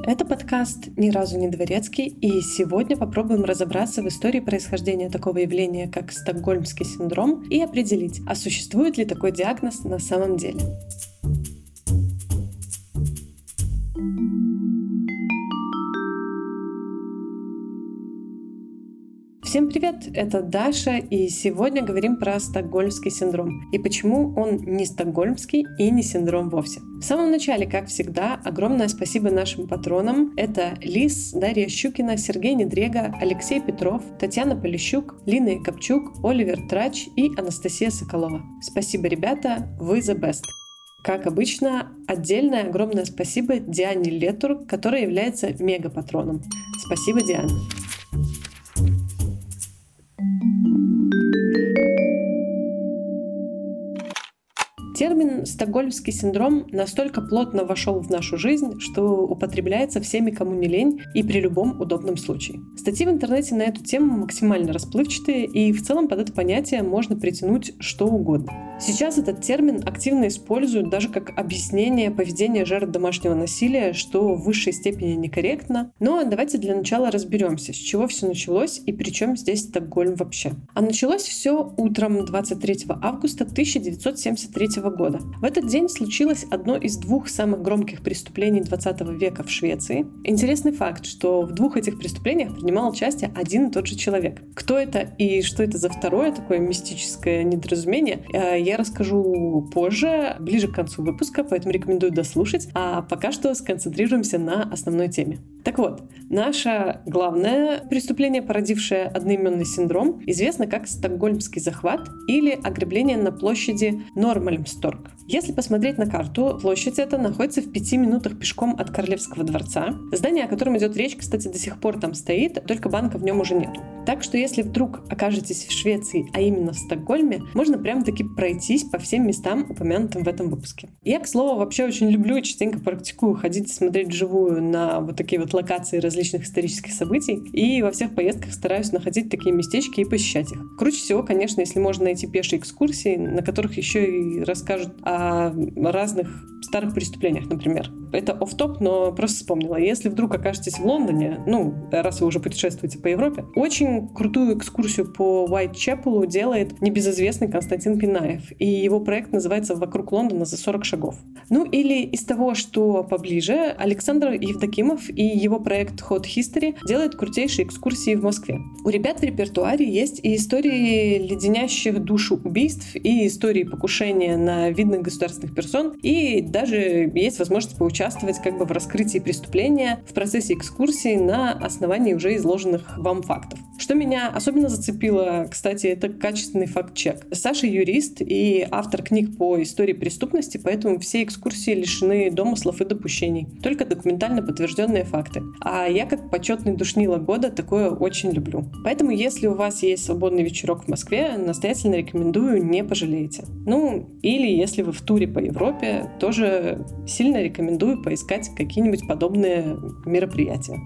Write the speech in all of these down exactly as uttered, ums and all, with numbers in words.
Это подкаст «Ни разу не дворецкий», и сегодня попробуем разобраться в истории происхождения такого явления, как стокгольмский синдром, и определить, а существует ли такой диагноз на самом деле. Всем привет, это Даша, и сегодня говорим про стокгольмский синдром и почему он не стокгольмский и не синдром вовсе. В самом начале, как всегда, огромное спасибо нашим патронам. Это Лиз, Дарья Щукина, Сергей Недрега, Алексей Петров, Татьяна Полищук, Лина Якобчук, Оливер Трач и Анастасия Соколова. Спасибо, ребята, вы the best. Как обычно, отдельное огромное спасибо Диане Летур, которая является мегапатроном. Спасибо, Диана. Термин «стокгольмский синдром» настолько плотно вошел в нашу жизнь, что употребляется всеми, кому не лень, и при любом удобном случае. Статьи в интернете на эту тему максимально расплывчатые, и в целом под это понятие можно притянуть что угодно. Сейчас этот термин активно используют даже как объяснение поведения жертв домашнего насилия, что в высшей степени некорректно. Но давайте для начала разберемся, с чего все началось и при чем здесь Стокгольм вообще. А началось все утром двадцать третьего августа тысяча девятьсот семьдесят третьего года. В этот день случилось одно из двух самых громких преступлений двадцатого века в Швеции. Интересный факт, что в двух этих преступлениях принимал участие один и тот же человек. Кто это и что это за второе такое мистическое недоразумение, я расскажу позже, ближе к концу выпуска, поэтому рекомендую дослушать. А пока что сконцентрируемся на основной теме. Так вот, наше главное преступление, породившее одноименный синдром, известно как стокгольмский захват или ограбление на площади Нормальмсторг. Если посмотреть на карту, площадь эта находится в пяти минутах пешком от Королевского дворца. Здание, о котором идет речь, кстати, до сих пор там стоит, только банка в нем уже нету. Так что если вдруг окажетесь в Швеции, а именно в Стокгольме, можно прямо-таки пройтись по всем местам, упомянутым в этом выпуске. Я, к слову, вообще очень люблю и частенько практикую ходить и смотреть вживую на вот такие вот локации различных исторических событий, и во всех поездках стараюсь находить такие местечки и посещать их. Круче всего, конечно, если можно найти пешие экскурсии, на которых еще и расскажут о разных старых преступлениях, например. Это офф-топ, но просто вспомнила. Если вдруг окажетесь в Лондоне, ну, раз вы уже путешествуете по Европе, очень крутую экскурсию по Уайтчепелу делает небезызвестный Константин Пинаев, и его проект называется «Вокруг Лондона за сорок шагов». Ну, или из того, что поближе, Александр Евдокимов и его проект Hot History делает крутейшие экскурсии в Москве. У ребят в репертуаре есть и истории леденящих душу убийств, и истории покушения на видных государственных персон, и даже есть возможность поучаствовать как бы в раскрытии преступления в процессе экскурсии на основании уже изложенных вам фактов. Что меня особенно зацепило, кстати, это качественный факт-чек. Саша юрист и автор книг по истории преступности, поэтому все экскурсии лишены домыслов и допущений. Только документально подтвержденные факты. А я, как почетный душнило года, такое очень люблю. Поэтому, если у вас есть свободный вечерок в Москве, настоятельно рекомендую, не пожалеете. Ну, или если вы в туре по Европе, тоже сильно рекомендую поискать какие-нибудь подобные мероприятия.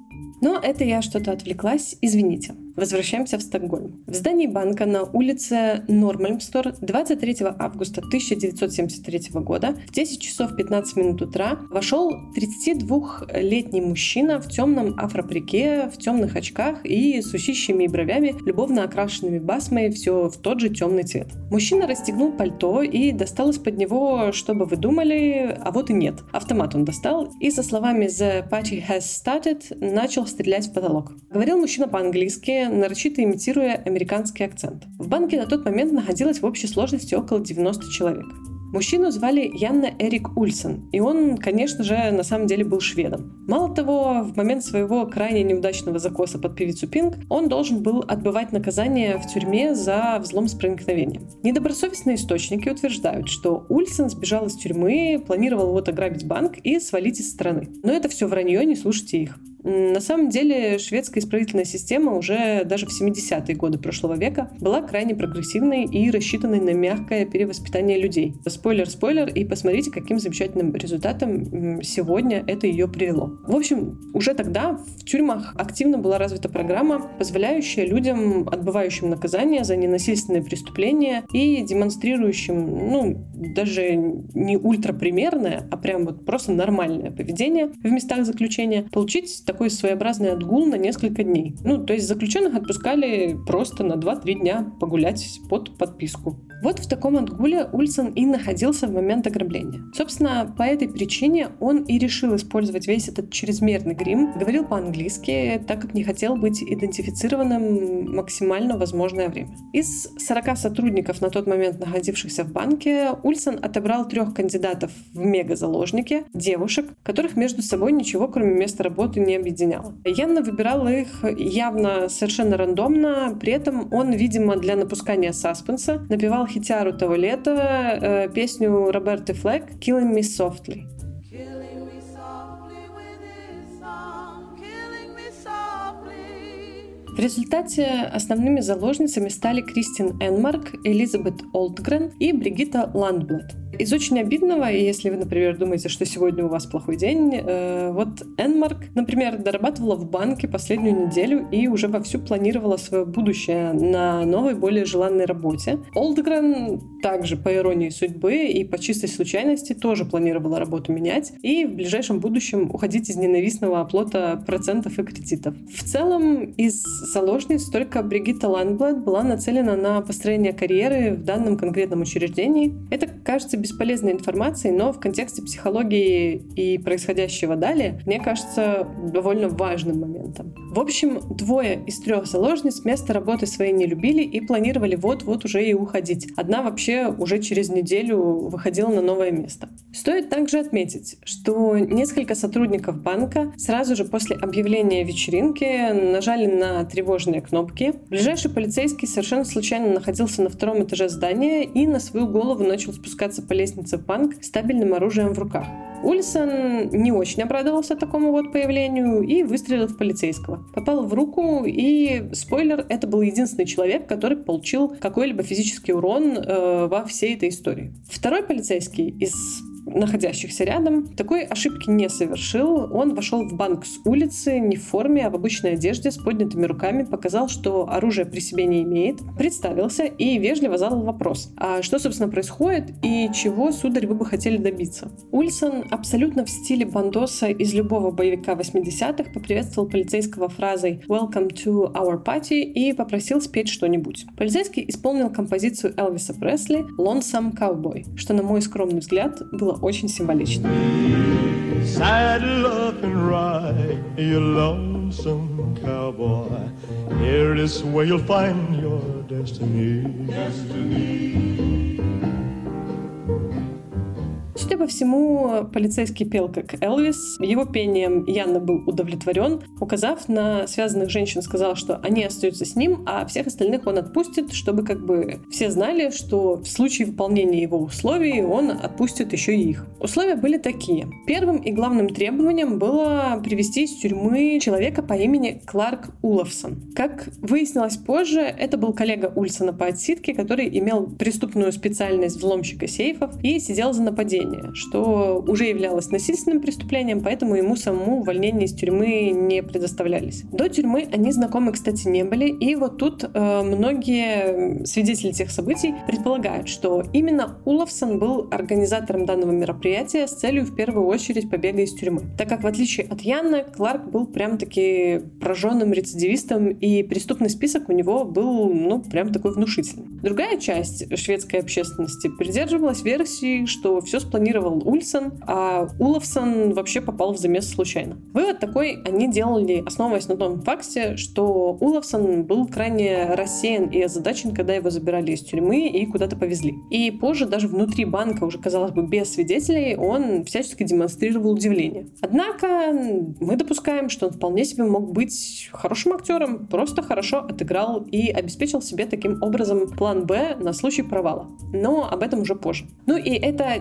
Но это я что-то отвлеклась, извините. Возвращаемся в Стокгольм. В здании банка на улице Нормальмсторг двадцать третьего августа тысяча девятьсот семьдесят третьего года в десять часов пятнадцать минут утра вошел тридцатидвухлетний мужчина в темном афроприке, в темных очках и с усищами и бровями, любовно окрашенными басмой, все в тот же темный цвет. Мужчина расстегнул пальто и достал из-под него, что бы вы думали, а вот и нет. Автомат он достал и со словами «The party has started» начал стрелять в потолок. Говорил мужчина по-английски, нарочито имитируя американский акцент. В банке на тот момент находилось в общей сложности около девяноста человек. Мужчину звали Янне Эрик Ульсен, и он, конечно же, на самом деле был шведом. Мало того, в момент своего крайне неудачного закоса под певицу Пинк он должен был отбывать наказание в тюрьме за взлом с проникновением. Недобросовестные источники утверждают, что Ульсен сбежал из тюрьмы, планировал вот ограбить банк и свалить из страны. Но это все вранье, не слушайте их. На самом деле шведская исправительная система уже даже в семидесятые годы прошлого века была крайне прогрессивной и рассчитанной на мягкое перевоспитание людей. Спойлер-спойлер, и посмотрите, каким замечательным результатом сегодня это ее привело. В общем, уже тогда в тюрьмах активно была развита программа, позволяющая людям, отбывающим наказание за ненасильственные преступления и демонстрирующим, ну, даже не ультрапримерное, а прям вот просто нормальное поведение в местах заключения, получить такой своеобразный отгул на несколько дней. Ну, то есть заключенных отпускали просто на два-три дня погулять под подписку. Вот в таком отгуле Ульсон и находился в момент ограбления. Собственно, по этой причине он и решил использовать весь этот чрезмерный грим, говорил по-английски, так как не хотел быть идентифицированным максимально возможное время. Из сорока сотрудников, на тот момент находившихся в банке, Ульсон отобрал трех кандидатов в мега-заложники, девушек, которых между собой ничего, кроме места работы, не объединяло. Янна выбирала их явно совершенно рандомно, при этом он, видимо, для напускания саспенса напевал хитяру того лета э, песню Роберты Флэк «Killing Me Softly». В результате основными заложницами стали Кристин Энмарк, Элизабет Олдгрен и Бригитта Ландблад. Из очень обидного, если вы, например, думаете, что сегодня у вас плохой день, э, вот Энмарк, например, дорабатывала в банке последнюю неделю и уже вовсю планировала свое будущее на новой, более желанной работе. Олдгрен также, по иронии судьбы и по чистой случайности, тоже планировала работу менять и в ближайшем будущем уходить из ненавистного оплота процентов и кредитов. В целом, из заложниц только Бригитта Ландблад была нацелена на построение карьеры в данном конкретном учреждении. Это, кажется, бесполезной информацией, но в контексте психологии и происходящего далее, мне кажется, довольно важным моментом. В общем, двое из трех заложниц место работы своей не любили и планировали вот-вот уже и уходить. Одна вообще уже через неделю выходила на новое место. Стоит также отметить, что несколько сотрудников банка сразу же после объявления вечеринки нажали на тревожные кнопки. Ближайший полицейский совершенно случайно находился на втором этаже здания и на свою голову начал спускаться по лестнице в банк с стабильным оружием в руках. Ульсон не очень обрадовался такому вот появлению и выстрелил в полицейского. Попал в руку, и, спойлер, это был единственный человек, который получил какой-либо физический урон э, во всей этой истории. Второй полицейский из находящихся рядом такой ошибки не совершил. Он вошел в банк с улицы не в форме, а в обычной одежде с поднятыми руками, показал, что оружие при себе не имеет, представился и вежливо задал вопрос: а что, собственно, происходит и чего, сударь, вы бы хотели добиться? Ульсон абсолютно в стиле бандоса из любого боевика восьмидесятых поприветствовал полицейского фразой «Welcome to our party» и попросил спеть что-нибудь. Полицейский исполнил композицию Элвиса Пресли «Lonesome Cowboy», что, на мой скромный взгляд, было очень символично. Saddle up and ride, you lonesome cowboy. Here is where you'll find your destiny. Destiny. Судя по всему, полицейский пел как Элвис. Его пением Янна был удовлетворен. Указав на связанных женщин, сказал, что они остаются с ним, а всех остальных он отпустит, чтобы как бы все знали, что в случае выполнения его условий он отпустит еще и их. Условия были такие. Первым и главным требованием было привести из тюрьмы человека по имени Кларк Уловсон. Как выяснилось позже, это был коллега Ульсона по отсидке, который имел преступную специальность взломщика сейфов и сидел за нападение, что уже являлось насильственным преступлением, поэтому ему самому увольнение из тюрьмы не предоставлялись. До тюрьмы они знакомы, кстати, не были, и вот тут э, многие свидетели тех событий предполагают, что именно Уловсон был организатором данного мероприятия с целью в первую очередь побега из тюрьмы, так как в отличие от Янны, Кларк был прям-таки прожженным рецидивистом, и преступный список у него был, ну, прям такой внушительный. Другая часть шведской общественности придерживалась версии, что все спланировал Ульсон, а Уловсон вообще попал в замес случайно. Вывод такой они делали, основываясь на том факте, что Уловсон был крайне рассеян и озадачен, когда его забирали из тюрьмы и куда-то повезли. И позже даже внутри банка, уже казалось бы без свидетелей, он всячески демонстрировал удивление. Однако мы допускаем, что он вполне себе мог быть хорошим актером, просто хорошо отыграл и обеспечил себе таким образом план Б на случай провала. Но об этом уже позже. Ну и эта теория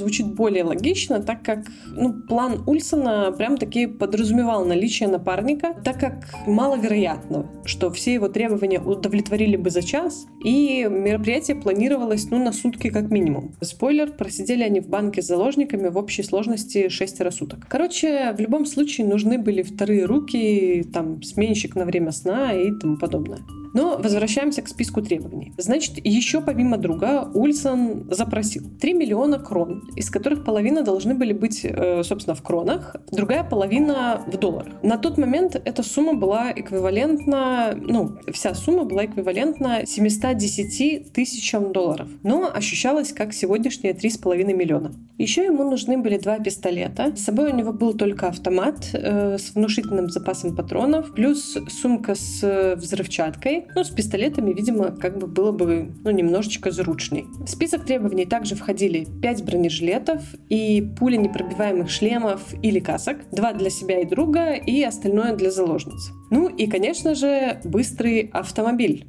звучит более логично, так как ну, план Ульсона прям-таки подразумевал наличие напарника, так как маловероятно, что все его требования удовлетворили бы за час, и мероприятие планировалось ну, на сутки как минимум. Спойлер, просидели они в банке с заложниками в общей сложности шестеро суток. Короче, в любом случае нужны были вторые руки, там, сменщик на время сна и тому подобное. Но возвращаемся к списку требований. Значит, еще помимо друга Ульсон запросил три миллиона крон, из которых половина должны были быть, э, собственно, в кронах, другая половина в долларах. На тот момент эта сумма была эквивалентна, ну, вся сумма была эквивалентна семьсот десять тысячам долларов, но ощущалась как сегодняшние три с половиной миллиона. Еще ему нужны были два пистолета. С собой у него был только автомат э, с внушительным запасом патронов, плюс сумка с э, взрывчаткой. Ну, с пистолетами, видимо, как бы было бы ну, немножечко заручней. В список требований также входили пять бронежилетов и пули непробиваемых шлемов или касок, два для себя и друга и остальное для заложниц. Ну и, конечно же, быстрый автомобиль.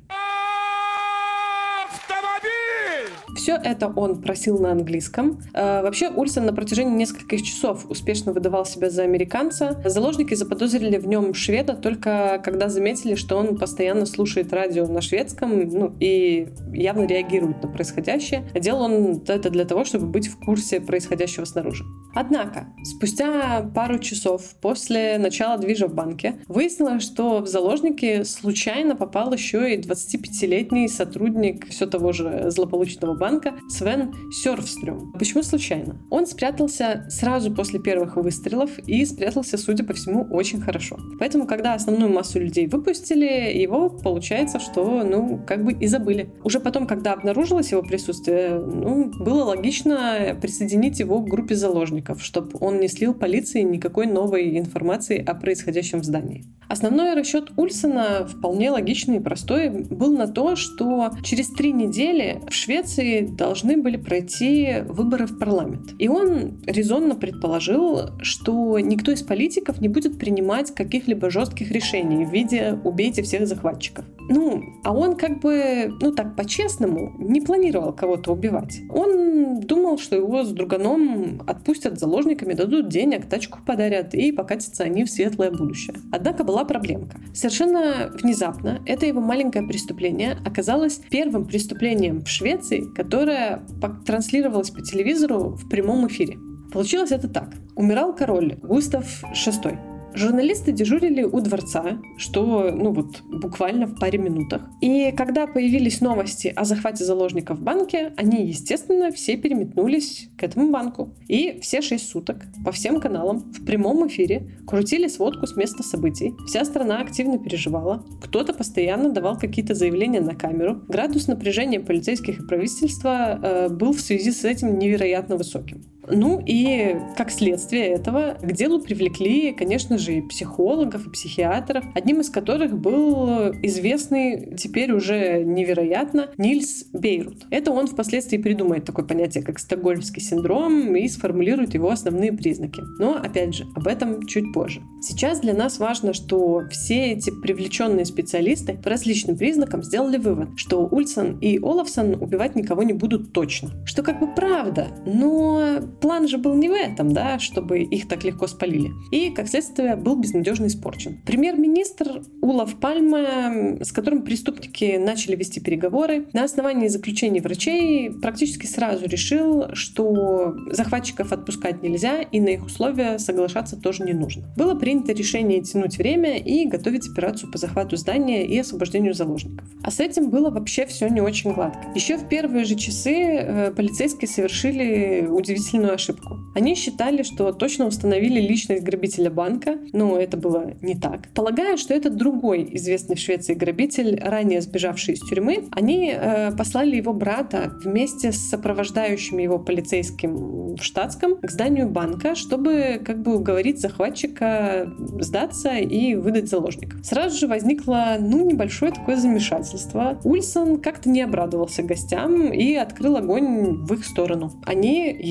Все это он просил на английском. Э, вообще, Ульсон на протяжении нескольких часов успешно выдавал себя за американца. Заложники заподозрили в нем шведа только когда заметили, что он постоянно слушает радио на шведском ну, и явно реагирует на происходящее. Делал он это для того, чтобы быть в курсе происходящего снаружи. Однако, спустя пару часов после начала движа в банке, выяснилось, что в заложники случайно попал еще и двадцатипятилетний сотрудник все того же злополучного банка Свен Сёрфстрём. Почему случайно? Он спрятался сразу после первых выстрелов и спрятался, судя по всему, очень хорошо. Поэтому, когда основную массу людей выпустили, его получается, что, ну, как бы и забыли. Уже потом, когда обнаружилось его присутствие, ну, было логично присоединить его к группе заложников, чтобы он не слил полиции никакой новой информации о происходящем в здании. Основной расчет Ульсона, вполне логичный и простой, был на то, что через три недели в Швеции должны были пройти выборы в парламент. И он резонно предположил, что никто из политиков не будет принимать каких-либо жестких решений в виде «убейте всех захватчиков». Ну, а он как бы, ну так по-честному, не планировал кого-то убивать. Он думал, что его с друганом отпустят заложниками, дадут денег, тачку подарят, и покатятся они в светлое будущее. Однако была проблемка. Совершенно внезапно это его маленькое преступление оказалось первым преступлением в Швеции, которое транслировалось по телевизору в прямом эфире. Получилось это так. Умирал король Густав шестой. Журналисты дежурили у дворца, что, ну вот, буквально в паре минутах. И когда появились новости о захвате заложников в банке, они, естественно, все переметнулись к этому банку. И все шесть суток по всем каналам в прямом эфире крутили сводку с места событий. Вся страна активно переживала. Кто-то постоянно давал какие-то заявления на камеру. Градус напряжения полицейских и правительства э, был в связи с этим невероятно высоким. Ну и как следствие этого к делу привлекли, конечно же, и психологов, и психиатров, одним из которых был известный теперь уже невероятно Нильс Бейрут. Это он впоследствии придумает такое понятие, как стокгольмский синдром, и сформулирует его основные признаки. Но, опять же, об этом чуть позже. Сейчас для нас важно, что все эти привлеченные специалисты по различным признакам сделали вывод, что Ульсон и Олафсон убивать никого не будут точно. Что как бы правда, но план же был не в этом, да, чтобы их так легко спалили. И, как следствие, был безнадежно испорчен. Премьер-министр Улов Пальме, с которым преступники начали вести переговоры, на основании заключений врачей практически сразу решил, что захватчиков отпускать нельзя и на их условия соглашаться тоже не нужно. Было принято решение тянуть время и готовить операцию по захвату здания и освобождению заложников. А с этим было вообще все не очень гладко. Еще в первые же часы э, полицейские совершили удивительную ошибку. Они считали, что точно установили личность грабителя банка, но это было не так. Полагая, что это другой известный в Швеции грабитель, ранее сбежавший из тюрьмы, они э, послали его брата вместе с сопровождающим его полицейским в штатском к зданию банка, чтобы как бы уговорить захватчика сдаться и выдать заложников. Сразу же возникло, ну, небольшое такое замешательство. Ульсон как-то не обрадовался гостям и открыл огонь в их сторону. Они, естественно,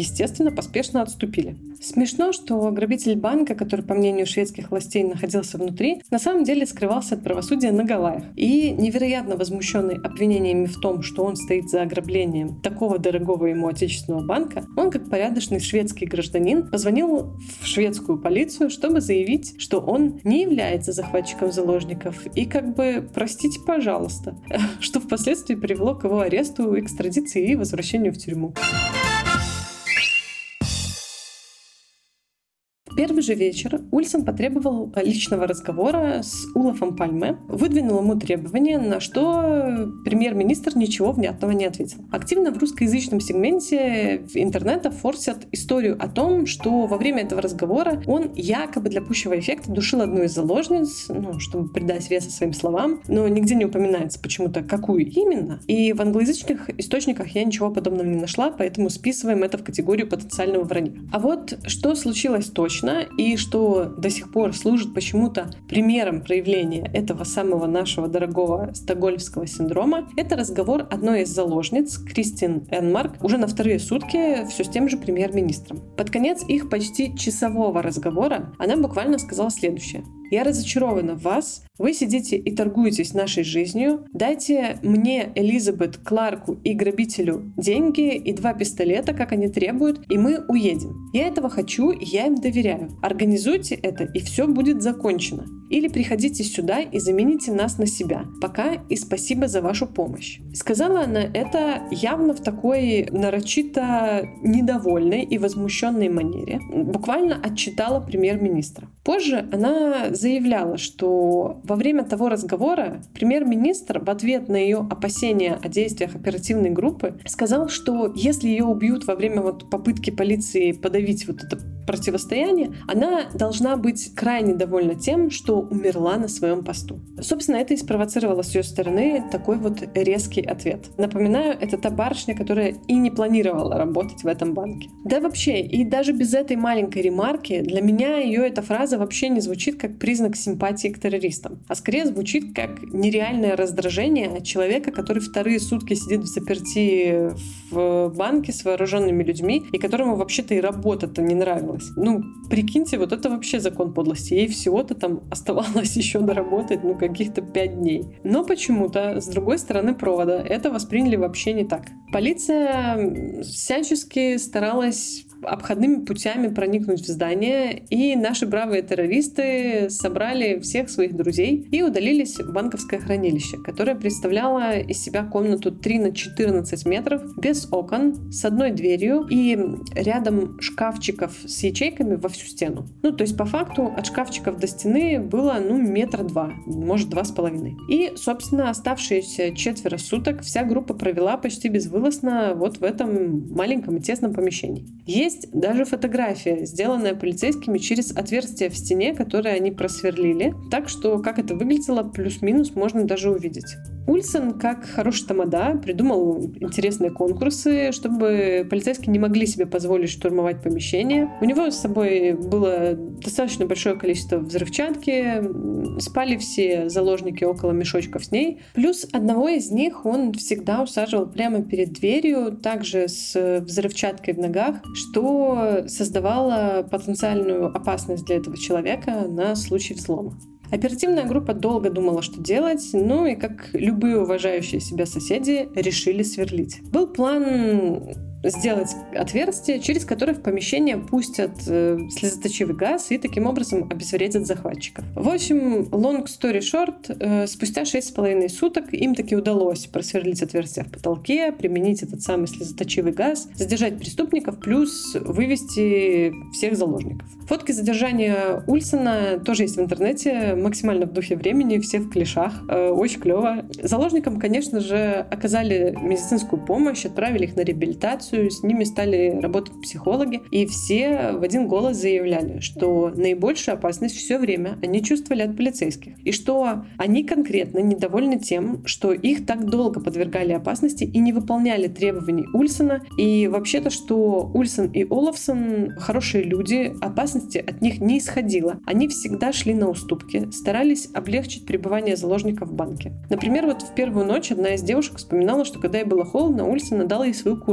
естественно, поспешно отступили. Смешно, что грабитель банка, который, по мнению шведских властей, находился внутри, на самом деле скрывался от правосудия на Гавайях. И невероятно возмущенный обвинениями в том, что он стоит за ограблением такого дорогого ему отечественного банка, он, как порядочный шведский гражданин, позвонил в шведскую полицию, чтобы заявить, что он не является захватчиком заложников и как бы простите, пожалуйста, что впоследствии привело к его аресту, экстрадиции и возвращению в тюрьму. В первый же вечер Ульсон потребовал личного разговора с Олафом Пальме, выдвинул ему требования, на что премьер-министр ничего внятного не ответил. Активно в русскоязычном сегменте интернета форсят историю о том, что во время этого разговора он якобы для пущего эффекта душил одну из заложниц, ну, чтобы придать веса своим словам, но нигде не упоминается почему-то, какую именно. И в англоязычных источниках я ничего подобного не нашла, поэтому списываем это в категорию потенциального вранья. А вот что случилось точно, и что до сих пор служит почему-то примером проявления этого самого нашего дорогого стокгольмского синдрома, это разговор одной из заложниц, Кристин Энмарк, уже на вторые сутки все с тем же премьер-министром. Под конец их почти часового разговора она буквально сказала следующее. «Я разочарована в вас. Вы сидите и торгуетесь нашей жизнью. Дайте мне, Элизабет, Кларку и грабителю деньги и два пистолета, как они требуют, и мы уедем. Я этого хочу, и я им доверяю. Организуйте это, и все будет закончено. Или приходите сюда и замените нас на себя. Пока и спасибо за вашу помощь». Сказала она это явно в такой нарочито недовольной и возмущенной манере. Буквально отчитала премьер-министра. Позже она заявляла, что во время того разговора премьер-министр в ответ на ее опасения о действиях оперативной группы сказал, что если ее убьют во время вот попытки полиции подавить вот это противостояние, она должна быть крайне довольна тем, что умерла на своем посту. Собственно, это и спровоцировало с ее стороны такой вот резкий ответ. Напоминаю, это та барышня, которая и не планировала работать в этом банке. Да вообще, и даже без этой маленькой ремарки, для меня ее эта фраза вообще не звучит как признак симпатии к террористам, а скорее звучит как нереальное раздражение человека, который вторые сутки сидит в заперти в банке с вооруженными людьми, и которому вообще-то и работа-то не нравилась. Ну, прикиньте, вот это вообще закон подлости. Ей всего-то там оставалось еще доработать, ну, каких-то пять дней. Но почему-то, с другой стороны провода, это восприняли вообще не так. Полиция всячески старалась обходными путями проникнуть в здание, и наши бравые террористы собрали всех своих друзей и удалились в банковское хранилище, которое представляло из себя комнату три на четырнадцать метров, без окон, с одной дверью и рядом шкафчиков с ячейками во всю стену. Ну, то есть, по факту, от шкафчиков до стены было, ну, метр два, может, два с половиной. И, собственно, оставшиеся четверо суток вся группа провела почти безвылазно вот в этом маленьком и тесном помещении. Есть даже фотография, сделанная полицейскими через отверстие в стене, которое они просверлили, так что как это выглядело плюс-минус можно даже увидеть. Ульсон, как хороший тамада, придумал интересные конкурсы, чтобы полицейские не могли себе позволить штурмовать помещение. У него с собой было достаточно большое количество взрывчатки, спали все заложники около мешочков с ней. Плюс одного из них он всегда усаживал прямо перед дверью, также с взрывчаткой в ногах, что создавало потенциальную опасность для этого человека на случай взлома. Оперативная группа долго думала, что делать, ну и, как любые уважающие себя соседи, решили сверлить. Был план сделать отверстие, через которое в помещение пустят э, слезоточивый газ и таким образом обезвредят захватчиков. В общем, long story short, э, спустя шесть с половиной суток им таки удалось просверлить отверстие в потолке, применить этот самый слезоточивый газ, задержать преступников, плюс вывести всех заложников. Фотки задержания Ульсона тоже есть в интернете, максимально в духе времени, все в клишах, э, очень клево. Заложникам, конечно же, оказали медицинскую помощь, отправили их на реабилитацию, с ними стали работать психологи, и все в один голос заявляли, что наибольшую опасность все время они чувствовали от полицейских, и что они конкретно недовольны тем, что их так долго подвергали опасности и не выполняли требований Ульсона, и вообще-то, что Ульсон и Олафсон хорошие люди, опасности от них не исходило. Они всегда шли на уступки, старались облегчить пребывание заложников в банке. Например, вот в первую ночь одна из девушек вспоминала, что когда ей было холодно, Ульсон дал ей свою куртку.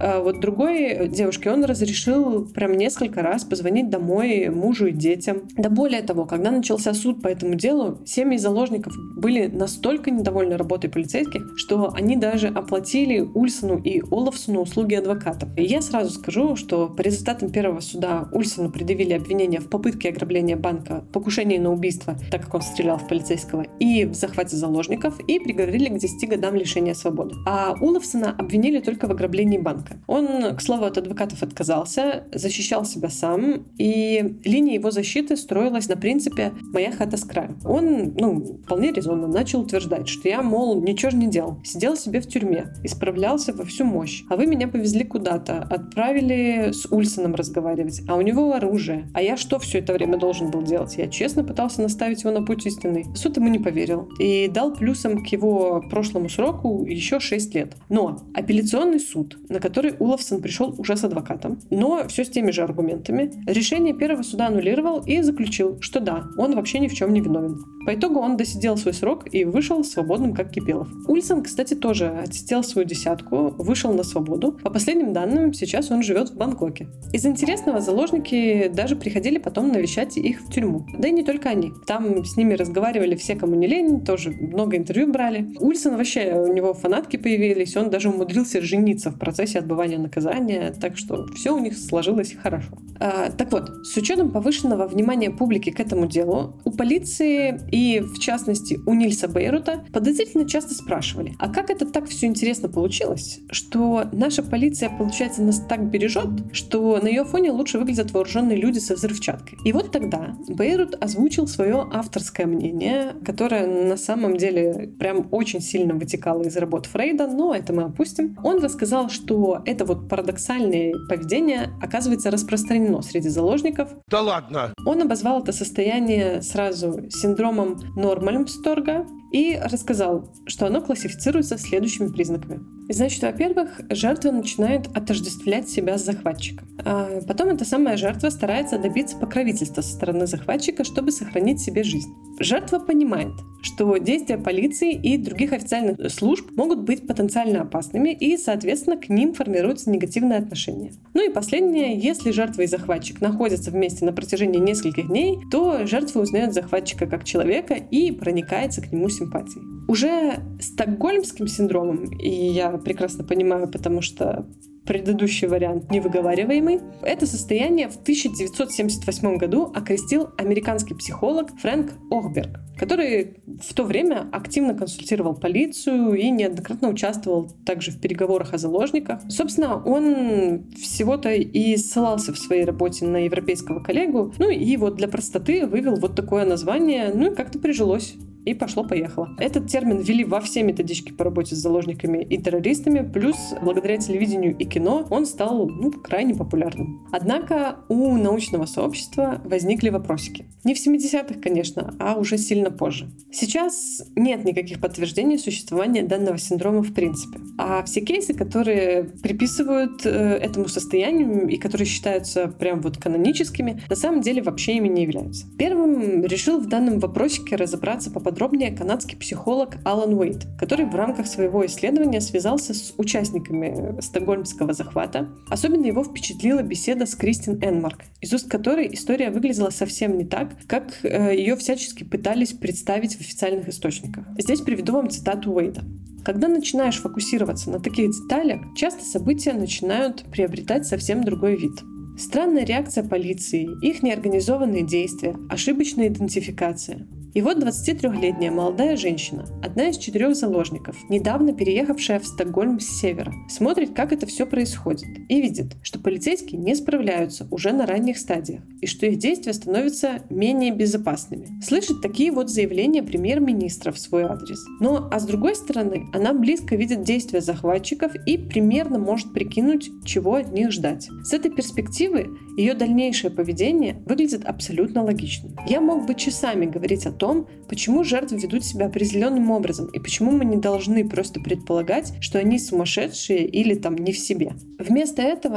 А вот другой девушке он разрешил прям несколько раз позвонить домой мужу и детям. Да более того, когда начался суд по этому делу, семьи заложников были настолько недовольны работой полицейских, что они даже оплатили Ульсону и Олафсону услуги адвокатов. И я сразу скажу, что по результатам первого суда Ульсону предъявили обвинения в попытке ограбления банка, покушении на убийство, так как он стрелял в полицейского, и в захвате заложников, и приговорили к десяти годам лишения свободы. А Олафсона обвинили только в ограблении банка. Он, к слову, от адвокатов отказался, защищал себя сам, и линия его защиты строилась на принципе «моя хата с краю». Он, ну, вполне резонно начал утверждать, что я, мол, ничего же не делал, сидел себе в тюрьме, исправлялся во всю мощь, а вы меня повезли куда-то, отправили с Ульсоном разговаривать, а у него оружие, а я что все это время должен был делать? Я честно пытался наставить его на путь истинный. Суд ему не поверил и дал плюсом к его прошлому сроку еще шесть лет. Но апелляционный суд, на который Олафсон пришел уже с адвокатом, но все с теми же аргументами, решение первого суда аннулировал и заключил, что да, он вообще ни в чем не виновен. По итогу он досидел свой срок и вышел свободным, как Кипелов. Ульсон, кстати, тоже отсидел свою десятку, вышел на свободу. По последним данным, сейчас он живет в Бангкоке. Из интересного, заложники даже приходили потом навещать их в тюрьму. Да и не только они. Там с ними разговаривали все, кому не лень, тоже много интервью брали. Ульсон вообще, у него фанатки появились, он даже умудрился жениться в процессе отбывания наказания, так что все у них сложилось хорошо. А, так вот, с учетом повышенного внимания публики к этому делу, у полиции и, в частности, у Нильса Бейрута подозрительно часто спрашивали, а как это так все интересно получилось, что наша полиция, получается, нас так бережет, что на ее фоне лучше выглядят вооруженные люди со взрывчаткой. И вот тогда Бейрут озвучил свое авторское мнение, которое на самом деле прям очень сильно вытекало из работ Фрейда, но это мы опустим. Он рассказал, что это вот парадоксальное поведение оказывается распространено среди заложников. Да ладно! Он обозвал это состояние сразу синдромом Нормальмсторга и рассказал, что оно классифицируется следующими признаками. Значит, во-первых, жертва начинает отождествлять себя с захватчиком. А потом эта самая жертва старается добиться покровительства со стороны захватчика, чтобы сохранить себе жизнь. Жертва понимает, что действия полиции и других официальных служб могут быть потенциально опасными, и, соответственно, к ним формируется негативное отношение. Ну и последнее, если жертва и захватчик находятся вместе на протяжении нескольких дней, то жертва узнает захватчика как человека и проникается к нему симпатией. Уже стокгольмским синдромом, и я прекрасно понимаю, потому что предыдущий вариант невыговариваемый, это состояние в тысяча девятьсот семьдесят восьмом году окрестил американский психолог Фрэнк Охберг, который в то время активно консультировал полицию и неоднократно участвовал также в переговорах о заложниках. Собственно, он всего-то и ссылался в своей работе на европейского коллегу, ну и вот для простоты вывел вот такое название, ну и как-то прижилось. И пошло-поехало. Этот термин ввели во все методички по работе с заложниками и террористами, плюс благодаря телевидению и кино он стал, ну, крайне популярным. Однако у научного сообщества возникли вопросики. Не в семидесятых, конечно, а уже сильно позже. Сейчас нет никаких подтверждений существования данного синдрома в принципе. А все кейсы, которые приписывают э, этому состоянию и которые считаются прям вот каноническими, на самом деле вообще ими не являются. Первым решил в данном вопросике разобраться поподробнее Подробнее канадский психолог Алан Уэйт, который в рамках своего исследования связался с участниками стокгольмского захвата. Особенно его впечатлила беседа с Кристин Энмарк, из уст которой история выглядела совсем не так, как э, ее всячески пытались представить в официальных источниках. Здесь приведу вам цитату Уэйта. Когда начинаешь фокусироваться на таких деталях, часто события начинают приобретать совсем другой вид. Странная реакция полиции, их неорганизованные действия, ошибочная идентификация. И вот двадцатитрёхлетняя молодая женщина, одна из четырех заложников, недавно переехавшая в Стокгольм с севера, смотрит, как это все происходит, и видит, что полицейские не справляются уже на ранних стадиях, и что их действия становятся менее безопасными. Слышит такие вот заявления премьер-министра в свой адрес. Но, а с другой стороны, она близко видит действия захватчиков и примерно может прикинуть, чего от них ждать. С этой перспективы ее дальнейшее поведение выглядит абсолютно логичным. Я мог бы часами говорить о том, том, почему жертвы ведут себя определенным образом и почему мы не должны просто предполагать, что они сумасшедшие или там не в себе. Вместо этого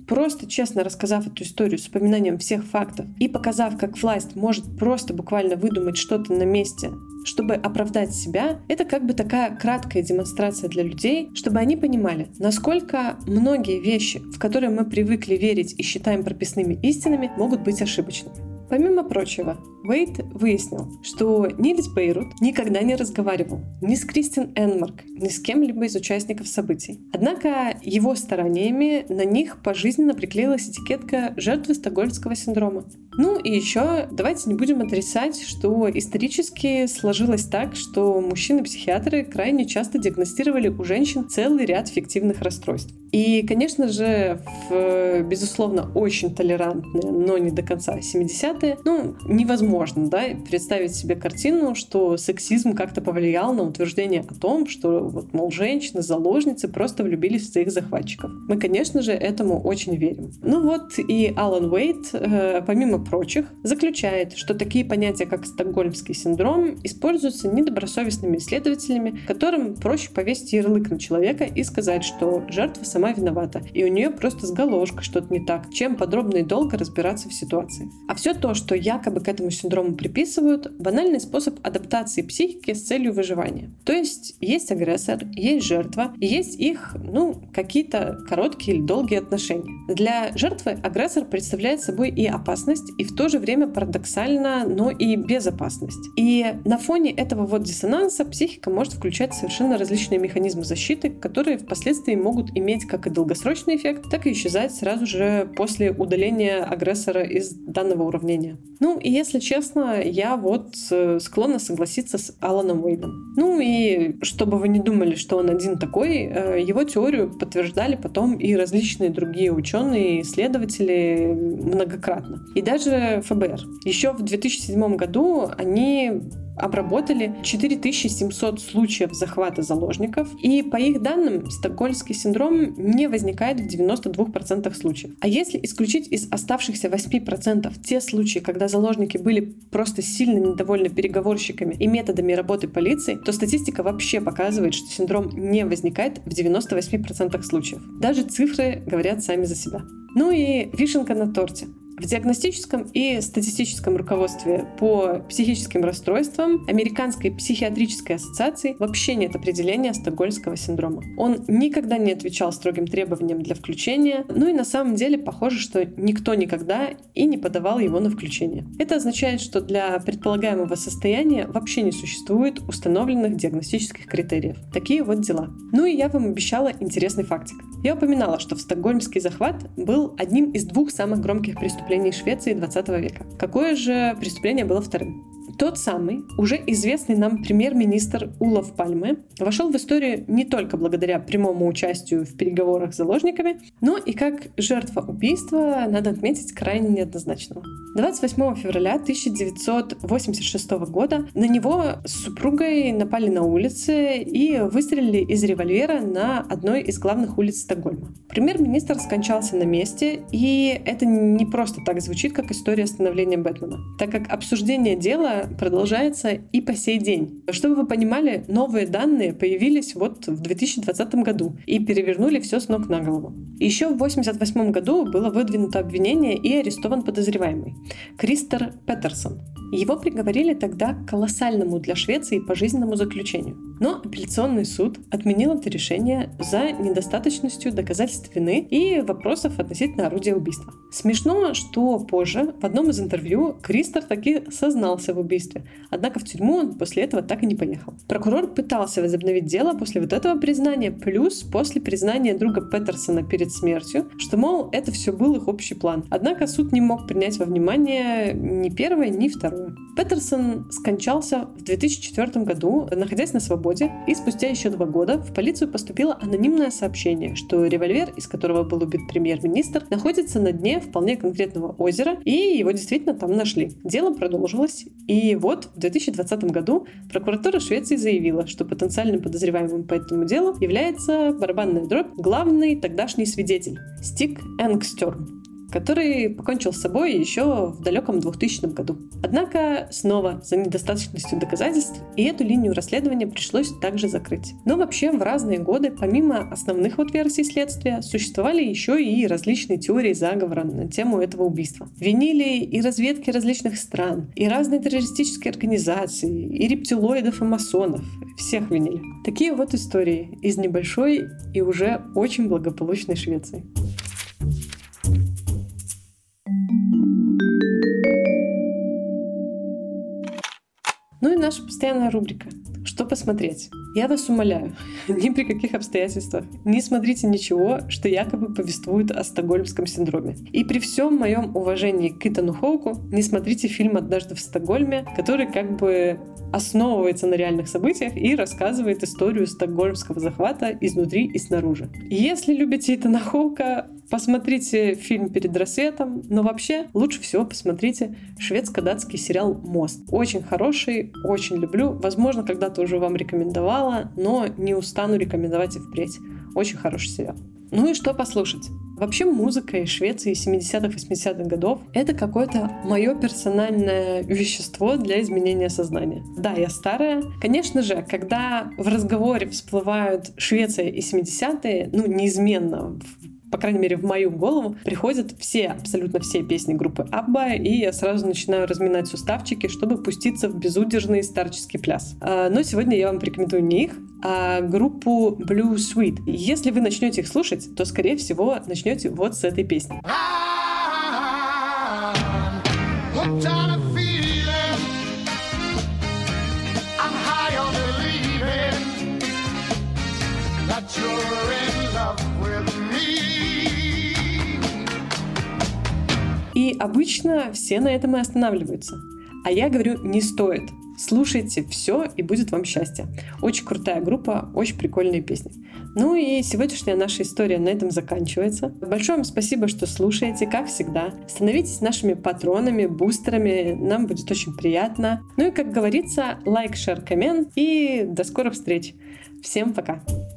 просто честно рассказав эту историю с упоминанием всех фактов и показав, как власть может просто буквально выдумать что-то на месте, чтобы оправдать себя, это как бы такая краткая демонстрация для людей, чтобы они понимали, насколько многие вещи, в которые мы привыкли верить и считаем прописными истинами, могут быть ошибочными. Помимо прочего, Уэйд выяснил, что Нильс Бейрут никогда не разговаривал ни с Кристин Энмарк, ни с кем-либо из участников событий. Однако его стараниями на них пожизненно приклеилась этикетка жертвы стокгольмского синдрома. Ну и еще давайте не будем отрицать, что исторически сложилось так, что мужчины-психиатры крайне часто диагностировали у женщин целый ряд фиктивных расстройств. И, конечно же, в, безусловно, очень толерантные, но не до конца семидесятые, ну, невозможно, да, представить себе картину, что сексизм как-то повлиял на утверждение о том, что, вот, мол, женщины-заложницы просто влюбились в своих захватчиков. Мы, конечно же, этому очень верим. Ну вот и Алан Уэйд, э, помимо прочих, заключает, что такие понятия, как стокгольмский синдром, используются недобросовестными исследователями, которым проще повесить ярлык на человека и сказать, что жертва сама виновата, и у нее просто с головушкой что-то не так, чем подробно и долго разбираться в ситуации. А все то, что якобы к этому синдрому приписывают, банальный способ адаптации психики с целью выживания. То есть есть агрессор, есть жертва, и есть их, ну, какие-то короткие или долгие отношения. Для жертвы агрессор представляет собой и опасность, и в то же время парадоксально, но и безопасность. И на фоне этого вот диссонанса психика может включать совершенно различные механизмы защиты, которые впоследствии могут иметь как и долгосрочный эффект, так и исчезать сразу же после удаления агрессора из данного уравнения. Ну и если честно, я вот склонна согласиться с Аланом Уэйдом. Ну и чтобы вы не думали, что он один такой, его теорию подтверждали потом и различные другие ученые и исследователи многократно. И даже эф бэ эр. Еще в две тысячи седьмом году они обработали четыре тысячи семьсот случаев захвата заложников, и по их данным стокгольмский синдром не возникает в девяноста двух процентах случаев. А если исключить из оставшихся восьми процентов те случаи, когда заложники были просто сильно недовольны переговорщиками и методами работы полиции, то статистика вообще показывает, что синдром не возникает в девяноста восьми процентах случаев. Даже цифры говорят сами за себя. Ну и вишенка на торте. В диагностическом и статистическом руководстве по психическим расстройствам Американской психиатрической ассоциации вообще нет определения стокгольмского синдрома. Он никогда не отвечал строгим требованиям для включения, ну и на самом деле похоже, что никто никогда и не подавал его на включение. Это означает, что для предполагаемого состояния вообще не существует установленных диагностических критериев. Такие вот дела. Ну и я вам обещала интересный фактик. Я упоминала, что в стокгольмский захват был одним из двух самых громких преступлений Швеции двадцатого века. Какое же преступление было вторым? Тот самый, уже известный нам премьер-министр Олаф Пальме вошел в историю не только благодаря прямому участию в переговорах с заложниками, но и как жертва убийства, надо отметить, крайне неоднозначного. двадцать восьмого февраля тысяча девятьсот восемьдесят шестого года на него с супругой напали на улице и выстрелили из револьвера на одной из главных улиц Стокгольма. Премьер-министр скончался на месте, и это не просто так звучит, как история становления Бэтмена, так как обсуждение дела продолжается и по сей день. Чтобы вы понимали, новые данные появились вот в две тысячи двадцатом году и перевернули все с ног на голову. Еще в восемьдесят восьмом году было выдвинуто обвинение и арестован подозреваемый Кристер Петерсон. Его приговорили тогда к колоссальному для Швеции пожизненному заключению. Но апелляционный суд отменил это решение за недостаточностью доказательств вины и вопросов относительно орудия убийства. Смешно, что позже в одном из интервью Кристер таки сознался в убийстве, однако в тюрьму он после этого так и не поехал. Прокурор пытался возобновить дело после вот этого признания, плюс после признания друга Петерсона перед смертью, что, мол, это все был их общий план. Однако суд не мог принять во внимание ни первое, ни второе. Петерсон скончался в две тысячи четвёртом году, находясь на свободе, и спустя еще два года в полицию поступило анонимное сообщение, что револьвер, из которого был убит премьер-министр, находится на дне вполне конкретного озера, и его действительно там нашли. Дело продолжилось, и вот в две тысячи двадцатом году прокуратура Швеции заявила, что потенциальным подозреваемым по этому делу является барабанная дробь, главный тогдашний свидетель Стиг Энгстерм. который покончил с собой еще в далеком двухтысячном году. Однако снова за недостаточностью доказательств и эту линию расследования пришлось также закрыть. Но вообще в разные годы, помимо основных вот версий следствия, существовали еще и различные теории заговора на тему этого убийства. Винили и разведки различных стран, и разные террористические организации, и рептилоидов, и масонов. Всех винили. Такие вот истории из небольшой и уже очень благополучной Швеции. Ну и наша постоянная рубрика «Что посмотреть?». Я вас умоляю, ни при каких обстоятельствах не смотрите ничего, что якобы повествует о стокгольмском синдроме. И при всем моем уважении к Итану Хоуку не смотрите фильм «Однажды в Стокгольме», который как бы основывается на реальных событиях и рассказывает историю стокгольмского захвата изнутри и снаружи. Если любите Итана Хоука, посмотрите фильм «Перед рассветом», но вообще лучше всего посмотрите шведско-датский сериал «Мост». Очень хороший, очень люблю. Возможно, когда-то уже вам рекомендовала, но не устану рекомендовать и впредь. Очень хороший сериал. Ну и что послушать? Вообще музыка из Швеции семидесятых-восьмидесятых годов — это какое-то мое персональное вещество для изменения сознания. Да, я старая. Конечно же, когда в разговоре всплывают Швеция и семидесятые, ну, неизменно, по крайней мере, в мою голову приходят все, абсолютно все песни группы Абба, и я сразу начинаю разминать суставчики, чтобы пуститься в безудержный старческий пляс. Но сегодня я вам порекомендую не их, а группу Blue Sweet. Если вы начнете их слушать, то, скорее всего, начнете вот с этой песни. И обычно все на этом и останавливаются. А я говорю, не стоит. Слушайте все, и будет вам счастье. Очень крутая группа, очень прикольные песни. Ну и сегодняшняя наша история на этом заканчивается. Большое вам спасибо, что слушаете, как всегда. Становитесь нашими патронами, бустерами, нам будет очень приятно. Ну и, как говорится, лайк, шер, коммент, и до скорых встреч. Всем пока!